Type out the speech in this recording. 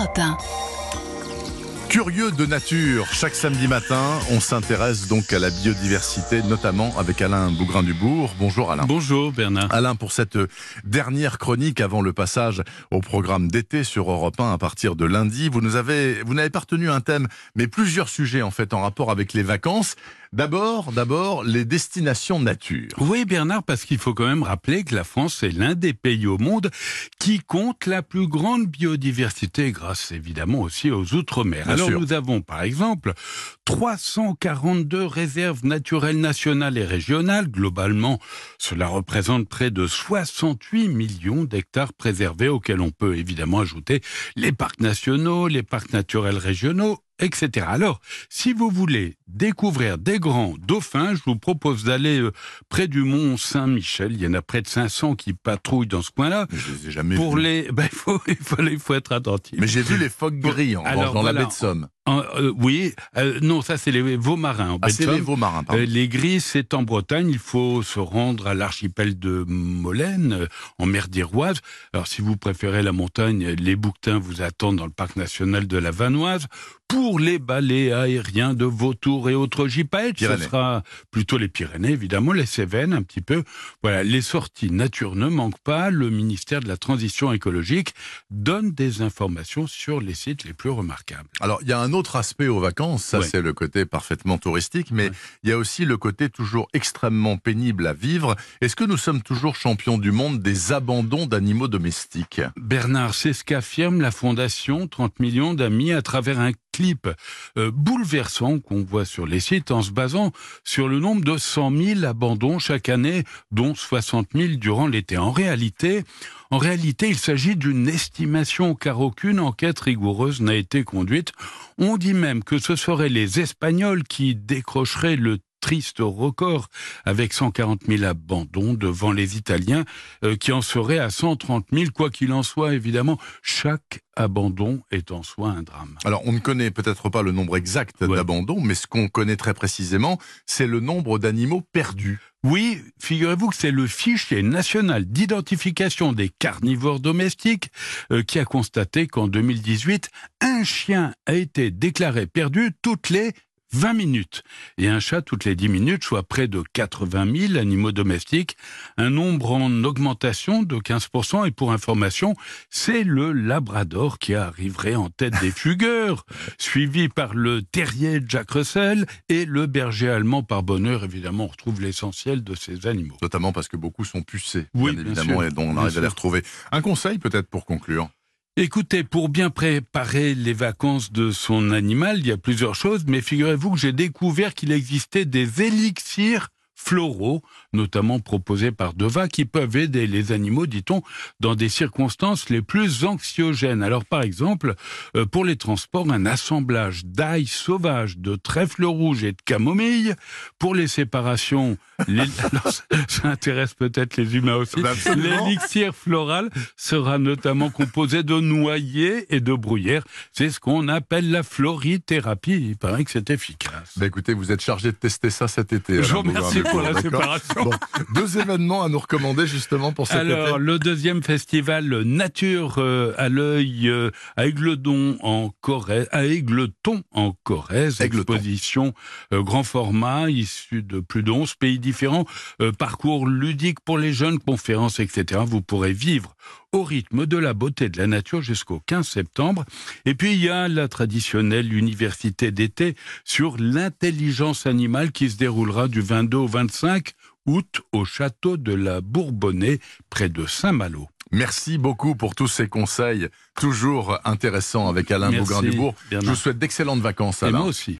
Europe 1. Curieux de nature, chaque samedi matin, on s'intéresse donc à la biodiversité, notamment avec Alain Bougrain-Dubourg. Bonjour Alain. Bonjour Bernard. Alain, pour cette dernière chronique avant le passage au programme d'été sur Europe 1 à partir de lundi, vous n'avez pas retenu un thème, mais plusieurs sujets en fait en rapport avec les vacances. D'abord, les destinations nature. Oui Bernard, parce qu'il faut quand même rappeler que la France est l'un des pays au monde qui compte la plus grande biodiversité, grâce évidemment aussi aux Outre-mer. Alors nous avons par exemple 342 réserves naturelles nationales et régionales. Globalement, cela représente près de 68 millions d'hectares préservés, auxquels on peut évidemment ajouter les parcs nationaux, les parcs naturels régionaux, etc. Alors, si vous voulez découvrir des grands dauphins, je vous propose d'aller près du mont Saint-Michel. Il y en a près de 500 qui patrouillent dans ce coin-là. Mais je les ai jamais Pour vus. Il faut être attentif. Mais j'ai vu les phoques gris dans la baie de Somme. Non, ça c'est les veaux marins. C'est les veaux marins, pardon. Les gris, c'est en Bretagne. Il faut se rendre à l'archipel de Molène, en mer d'Iroise. Alors, si vous préférez la montagne, les bouquetins vous attendent dans le parc national de la Vanoise. Pour les balais aériens de vautours et autres gypaètes, ce sera plutôt les Pyrénées, évidemment, les Cévennes, un petit peu. Voilà, les sorties nature ne manquent pas. Le ministère de la Transition écologique donne des informations sur les sites les plus remarquables. Alors, il y a un autre aspect aux vacances, ça c'est le côté parfaitement touristique, mais il y a aussi le côté toujours extrêmement pénible à vivre. Est-ce que nous sommes toujours champions du monde des abandons d'animaux domestiques ? Bernard, c'est ce qu'affirme la Fondation 30 millions d'amis à travers un clip bouleversant qu'on voit sur les sites en se basant sur le nombre de 100 000 abandons chaque année, dont 60 000 durant l'été. En réalité, il s'agit d'une estimation car aucune enquête rigoureuse n'a été conduite. On dit même que ce seraient les Espagnols qui décrocheraient le triste record avec 140 000 abandons devant les Italiens qui en seraient à 130 000. Quoi qu'il en soit, évidemment, chaque abandon est en soi un drame. Alors, on ne connaît peut-être pas le nombre exact d'abandons, mais ce qu'on connaît très précisément, c'est le nombre d'animaux perdus. Oui, figurez-vous que c'est le fichier national d'identification des carnivores domestiques qui a constaté qu'en 2018, un chien a été déclaré perdu toutes les 20 minutes, et un chat toutes les 10 minutes, soit près de 80 000 animaux domestiques, un nombre en augmentation de 15%, et pour information, c'est le labrador qui arriverait en tête des fugueurs, suivi par le terrier Jack Russell et le berger allemand. Par bonheur, évidemment, on retrouve l'essentiel de ces animaux. Notamment parce que beaucoup sont pucés, bien évidemment, sûr, et dont on arrive à les retrouver. Un conseil peut-être pour conclure ? Écoutez, pour bien préparer les vacances de son animal, il y a plusieurs choses, mais figurez-vous que j'ai découvert qu'il existait des élixirs floraux, notamment proposés par Deva, qui peuvent aider les animaux, dit-on, dans des circonstances les plus anxiogènes. Alors, par exemple, pour les transports, un assemblage d'ail sauvage, de trèfle rouge et de camomille. Pour les séparations, alors, ça intéresse peut-être les humains aussi. L'élixir floral sera notamment composé de noyer et de bruyère. C'est ce qu'on appelle la florithérapie. Il paraît que c'est efficace. Écoutez, vous êtes chargé de tester ça cet été. Je vous remercie pour la séparation. Bon, 2 événements à nous recommander justement pour cet été. Alors, le deuxième festival Nature à l'œil à Aigleton en Corrèze, exposition grand format, issue de plus de 11 pays différents, parcours ludique pour les jeunes, conférences, etc. Vous pourrez vivre au rythme de la beauté de la nature jusqu'au 15 septembre. Et puis, il y a la traditionnelle université d'été sur l'intelligence animale qui se déroulera du 22 au 25 août au château de la Bourbonnais, près de Saint-Malo. Merci beaucoup pour tous ces conseils toujours intéressants avec Alain Bougrain-Dubourg. Je vous souhaite d'excellentes vacances, Alain. Et moi aussi.